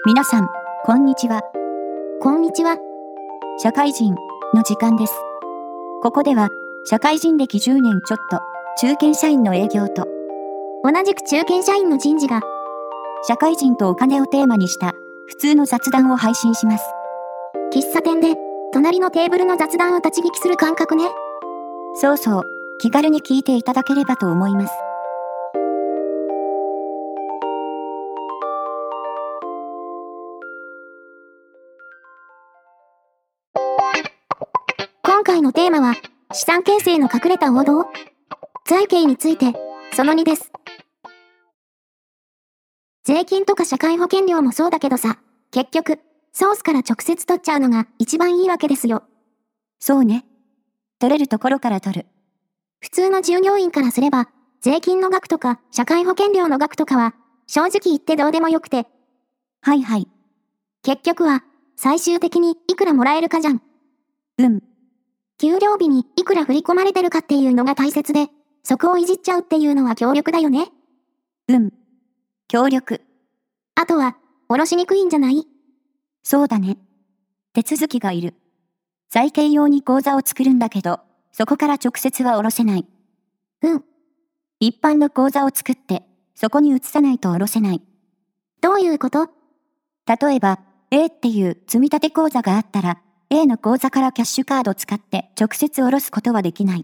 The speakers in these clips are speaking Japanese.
皆さん、こんにちは。 こんにちは。 社会人の時間です。ここでは、社会人歴10年ちょっと、中堅社員の営業と、 同じく中堅社員の人事が、 社会人とお金をテーマにした、普通の雑談を配信します。 喫茶店で、隣のテーブルの雑談を立ち聞きする感覚ね。 そうそう、気軽に聞いていただければと思います。 今回のテーマは、資産形成の隠れた王道？財形について、その2です。税金とか社会保険料もそうだけどさ、結局、ソースから直接取っちゃうのが一番いいわけですよ。 そうね。取れるところから取る。 普通の従業員からすれば、税金の額とか社会保険料の額とかは、正直言ってどうでもよくて。 はいはい。 結局は、最終的にいくらもらえるかじゃん。給料日にいくら振り込まれてるかっていうのが大切で、そこをいじっちゃうっていうのは強力だよね。 強力。 あとは、下ろしにくいんじゃない？ そうだね。手続きがいる。財形用に口座を作るんだけど、そこから直接は下ろせない。一般の口座を作って、そこに移さないと下ろせない。 どういうこと？ 例えば、A っていう積立口座があったら、A の口座からキャッシュカード使って直接下ろすことはできない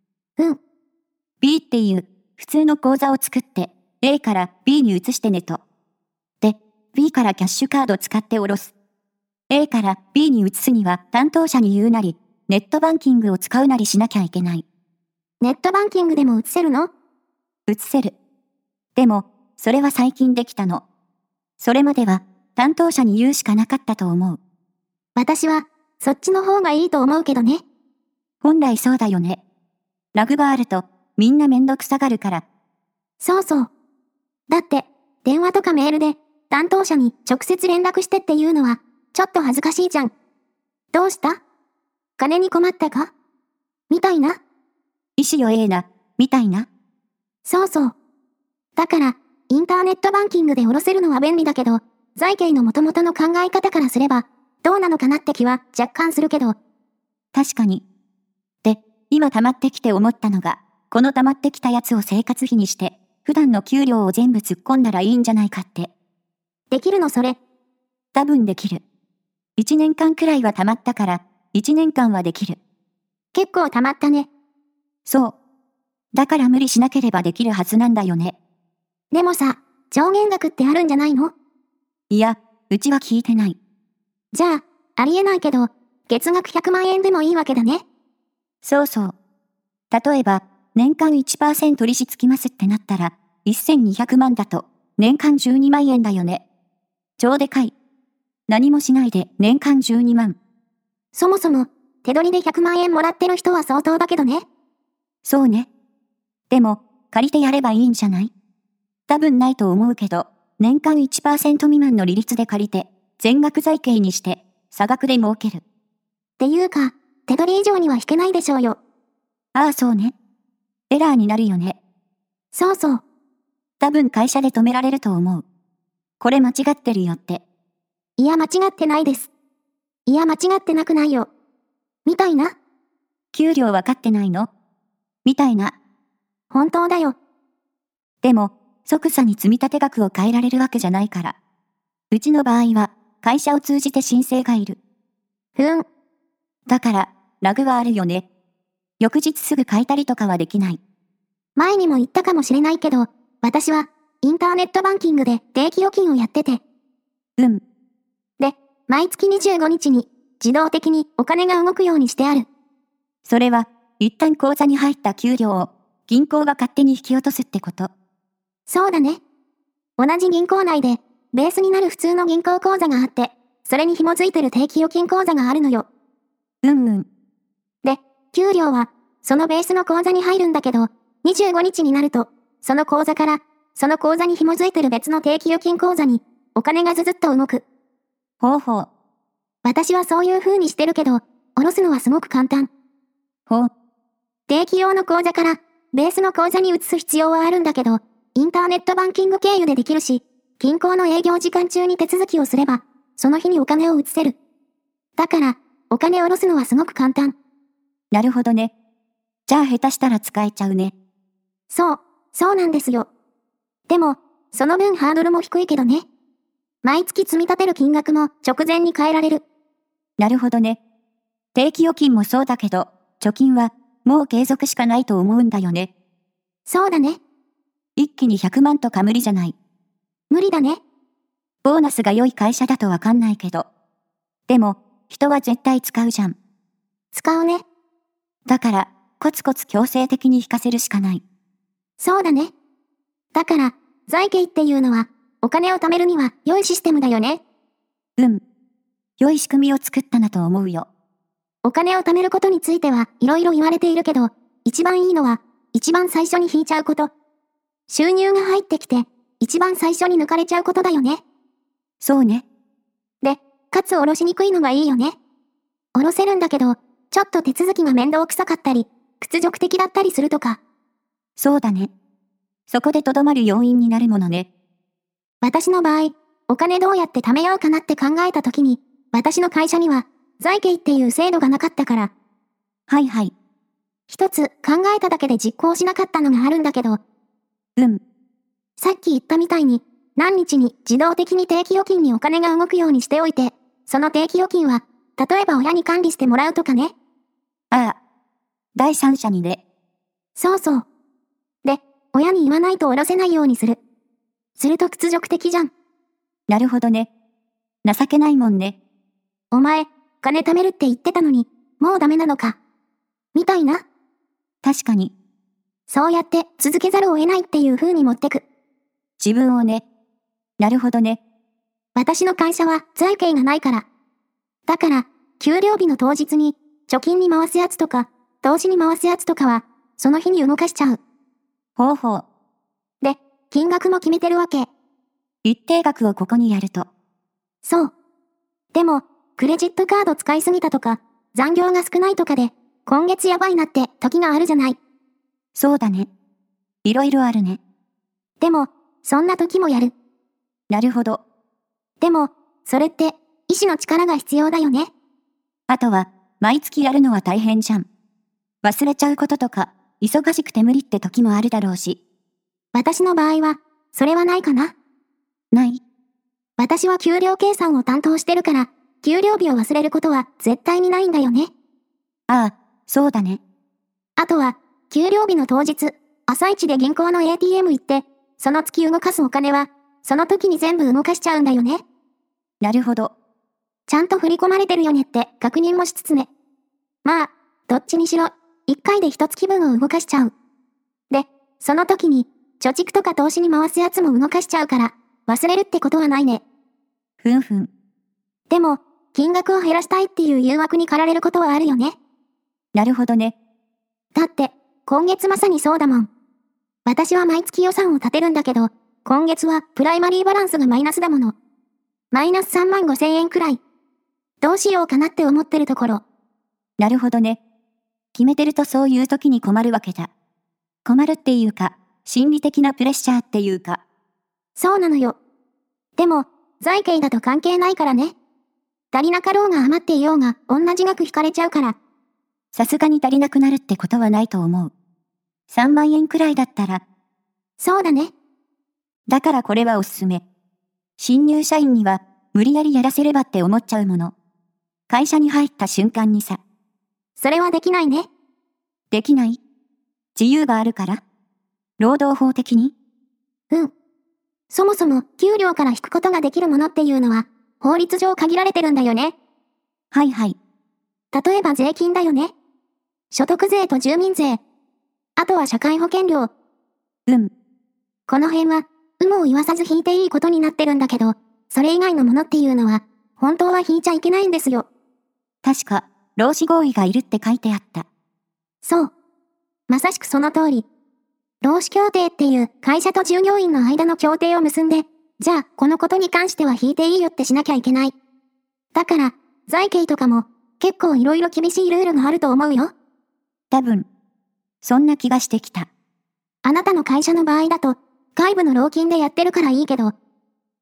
。B っていう普通の口座を作って、A から B に移してねと。で、B からキャッシュカード使って下ろす。A から B に移すには担当者に言うなり、ネットバンキングを使うなりしなきゃいけない。 ネットバンキングでも移せるの？ 移せる。でも、それは最近できたの。それまでは担当者に言うしかなかったと思う。 私は、そっちの方がいいと思うけどね。 本来そうだよね。ラグがあると、みんなめんどくさがるから。 そうそう。だって、電話とかメールで、担当者に直接連絡してっていうのは、ちょっと恥ずかしいじゃん。どうした？金に困ったか？みたいな。 意思よな、みたいな。 そうそう。だから、インターネットバンキングで下ろせるのは便利だけど、財形の元々の考え方からすれば、どうなのかなって気は若干するけど。 確かに。で、今溜まってきて思ったのが、この溜まってきたやつを生活費にして、普段の給料を全部突っ込んだらいいんじゃないかって。 できるのそれ？ 多分できる。1年間くらいは溜まったから、1年間はできる。 結構溜まったね。 そう。だから無理しなければできるはずなんだよね。 でもさ、上限額ってあるんじゃないの？ いや、うちは聞いてない。 じゃあ、ありえないけど、月額100万円でもいいわけだね。 そうそう。例えば、年間 1% 利子つきますってなったら、1200万だと、年間12万円だよね。超でかい。何もしないで年間12万。 そもそも、手取りで100万円もらってる人は相当だけどね。 そうね。でも、借りてやればいいんじゃない？多分ないと思うけど、年間 1% 未満の利率で借りて、全額財形にして、差額で儲ける。 っていうか、手取り以上には引けないでしょうよ。 ああそうね。エラーになるよね。 そうそう。 多分会社で止められると思う。これ間違ってるよって。 いや間違ってないです。いや間違ってなくないよ。みたいな。 給料分かってないの？みたいな。 本当だよ。 でも、即座に積立額を変えられるわけじゃないから。うちの場合は、会社を通じて申請がいる。だから、ラグはあるよね。翌日すぐ変えたりとかはできない。 前にも言ったかもしれないけど、私は、インターネットバンキングで定期預金をやってて。で、毎月25日に、自動的にお金が動くようにしてある。 それは、一旦口座に入った給料を、銀行が勝手に引き落とすってこと？ そうだね。同じ銀行内で、ベースになる普通の銀行口座があって、それに紐づいてる定期預金口座があるのよ。で、給料は、そのベースの口座に入るんだけど、25日になると、その口座から、その口座に紐づいてる別の定期預金口座に、お金がずずっと動く。 ほうほう。 私はそういう風にしてるけど、下ろすのはすごく簡単。定期用の口座から、ベースの口座に移す必要はあるんだけど、インターネットバンキング経由でできるし、 銀行の営業時間中に手続きをすれば、その日にお金を移せる。だから、お金を下ろすのはすごく簡単。 なるほどね。じゃあ下手したら使えちゃうね。 そうなんですよ。でも、その分ハードルも低いけどね。毎月積み立てる金額も直前に変えられる。 なるほどね。定期預金もそうだけど、貯金はもう継続しかないと思うんだよね。 そうだね。 一気に100万とか無理じゃない。 無理だね。 ボーナスが良い会社だとわかんないけど。でも、人は絶対使うじゃん。 使うね。 だから、コツコツ強制的に引かせるしかない。 そうだね。だから、財形っていうのは、お金を貯めるには良いシステムだよね。 良い仕組みを作ったなと思うよ。 お金を貯めることについてはいろいろ言われているけど、一番いいのは、一番最初に引いちゃうこと。収入が入ってきて、一番最初に抜かれちゃうことだよね。 そうね。 で、かつ下ろしにくいのがいいよね。下ろせるんだけど、ちょっと手続きが面倒くさかったり、屈辱的だったりするとか。 そうだね。そこでとどまる要因になるものね。 私の場合、お金どうやって貯めようかなって考えた時に、私の会社には、財形っていう制度がなかったから。 はいはい。 一つ考えただけで実行しなかったのがあるんだけど。さっき言ったみたいに、何日に自動的に定期預金にお金が動くようにしておいて、その定期預金は、例えば親に管理してもらうとかね。 ああ。第三者にね。 そうそう。で、親に言わないと下ろせないようにする。すると屈辱的じゃん。 なるほどね。情けないもんね。 お前、金貯めるって言ってたのに、もうダメなのか。みたいな。 確かに。 そうやって続けざるを得ないっていう風に持ってく。 自分をね。なるほどね。 私の会社は財形がないから。だから、給料日の当日に、貯金に回すやつとか、投資に回すやつとかは、その日に動かしちゃう。 ほうほう。 で、金額も決めてるわけ。 一定額をここにやると。 そう。でも、クレジットカード使いすぎたとか、残業が少ないとかで、今月やばいなって時があるじゃない。 そうだね。いろいろあるね。 でも、そんな時もやる。 なるほど。 でも、それって、意志の力が必要だよね。 あとは、毎月やるのは大変じゃん。忘れちゃうこととか、忙しくて無理って時もあるだろうし。 私の場合は、それはないかな。 ない。 私は給料計算を担当してるから、給料日を忘れることは絶対にないんだよね。 ああ、そうだね。 あとは、給料日の当日、朝一で銀行の ATM 行って、その月動かすお金は、その時に全部動かしちゃうんだよね。 なるほど。 ちゃんと振り込まれてるよねって確認もしつつね。まあ、どっちにしろ、一回で一月分を動かしちゃう。で、その時に、貯蓄とか投資に回すやつも動かしちゃうから、忘れるってことはないね。 ふんふん。 でも、金額を減らしたいっていう誘惑に駆られることはあるよね。 なるほどね。 だって、今月まさにそうだもん。私は毎月予算を立てるんだけど、今月はプライマリーバランスがマイナスだもの。マイナス3万5千円くらい。どうしようかなって思ってるところ。 なるほどね。決めてるとそういう時に困るわけだ。困るっていうか、心理的なプレッシャーっていうか。 そうなのよ。でも、財形だと関係ないからね。足りなかろうが余っていようが同じ額引かれちゃうから。 さすがに足りなくなるってことはないと思う。3万円くらいだったら。 そうだね。 だからこれはおすすめ。新入社員には無理やりやらせればって思っちゃうもの。会社に入った瞬間にさ。 それはできないね。 できない？自由があるから？労働法的に？ うん。そもそも給料から引くことができるものっていうのは法律上限られてるんだよね。 はいはい。 例えば税金だよね。所得税と住民税。あとは社会保険料。この辺は、有無を言わさず引いていいことになってるんだけど、それ以外のものっていうのは、本当は引いちゃいけないんですよ。 確か、労使合意がいるって書いてあった。 そう。まさしくその通り。労使協定っていう会社と従業員の間の協定を結んで、じゃあこのことに関しては引いていいよってしなきゃいけない。だから、財形とかも結構いろいろ厳しいルールがあると思うよ。 多分、そんな気がしてきた。 あなたの会社の場合だと、外部の労金でやってるからいいけど、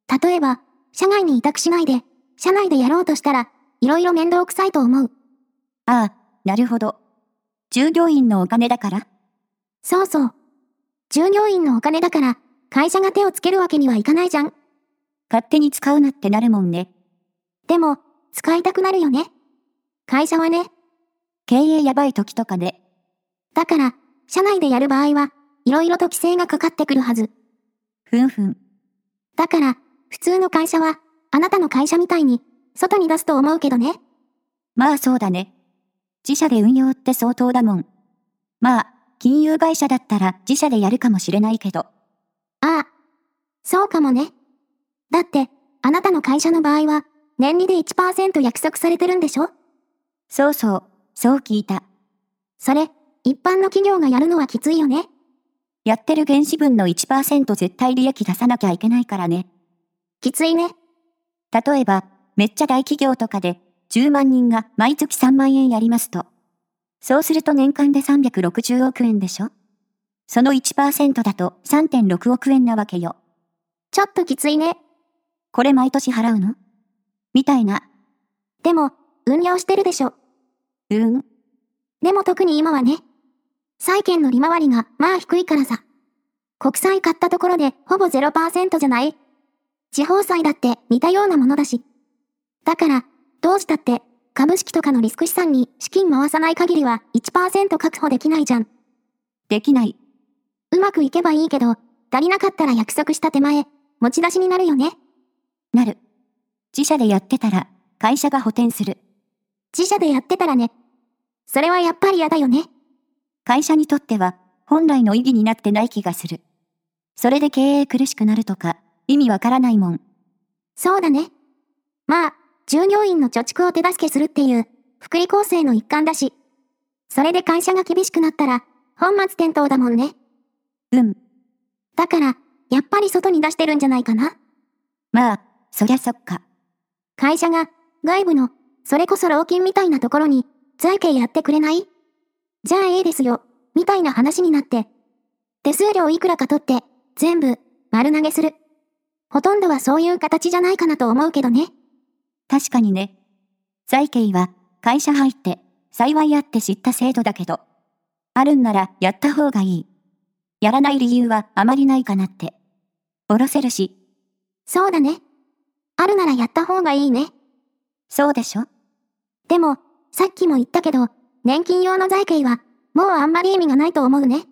例えば、社外に委託しないで、社内でやろうとしたら、いろいろ面倒くさいと思う。 ああ、なるほど。従業員のお金だから？ そうそう。従業員のお金だから、会社が手をつけるわけにはいかないじゃん。 勝手に使うなってなるもんね。 でも、使いたくなるよね。会社はね。 経営やばい時とかで。 だから、社内でやる場合は、いろいろと規制がかかってくるはず。 ふんふん。 だから、普通の会社は、あなたの会社みたいに、外に出すと思うけどね。 まあそうだね。自社で運用って相当だもん。まあ、金融会社だったら自社でやるかもしれないけど。 ああ、そうかもね。だって、あなたの会社の場合は、年利で 1% 約束されてるんでしょ？ そうそう、そう聞いた。 それ、一般の企業がやるのはきついよね。 やってる原資分の 1% 絶対利益出さなきゃいけないからね。 きついね。 例えば、めっちゃ大企業とかで、10万人が毎月3万円やりますと。そうすると年間で360億円でしょ？その 1% だと 3.6 億円なわけよ。 ちょっときついね。 これ毎年払うの？みたいな。 でも、運用してるでしょ。でも特に今はね。債券の利回りがまあ低いからさ。国債買ったところでほぼ 0% じゃない？地方債だって似たようなものだし。だから、どうしたって株式とかのリスク資産に資金回さない限りは 1% 確保できないじゃん。 できない。 うまくいけばいいけど、足りなかったら約束した手前、持ち出しになるよね。 なる。自社でやってたら、会社が補填する。 自社でやってたらね。それはやっぱり嫌だよね。 会社にとっては、本来の意義になってない気がする。それで経営苦しくなるとか、意味わからないもん。 そうだね。まあ、従業員の貯蓄を手助けするっていう、福利厚生の一環だし。それで会社が厳しくなったら、本末転倒だもんね。だから、やっぱり外に出してるんじゃないかな。 まあ、そりゃそっか。 会社が、外部の、それこそ老金みたいなところに、財形やってくれない？じゃあですよ、みたいな話になって。手数料いくらか取って、全部、丸投げする。ほとんどはそういう形じゃないかなと思うけどね。 確かにね。財形は、会社入って、幸いあって知った制度だけど。あるんなら、やった方がいい。やらない理由はあまりないかなって。下ろせるし。 そうだね。あるならやった方がいいね。 そうでしょ？ でも、さっきも言ったけど、年金用の財形は、もうあんまり意味がないと思うね。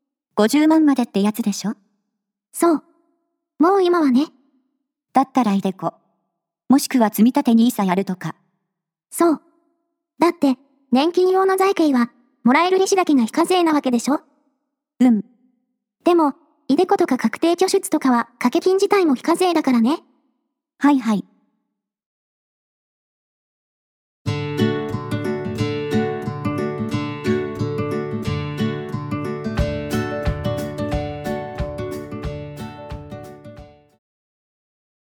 50万までってやつでしょ？ そう。もう今はね。 だったらイデコ。もしくは積み立て NISA やるとか。 そう。だって、年金用の財形は、もらえる利子だけが非課税なわけでしょ？でも、イデコとか確定拠出とかは掛け金自体も非課税だからね。 はいはい。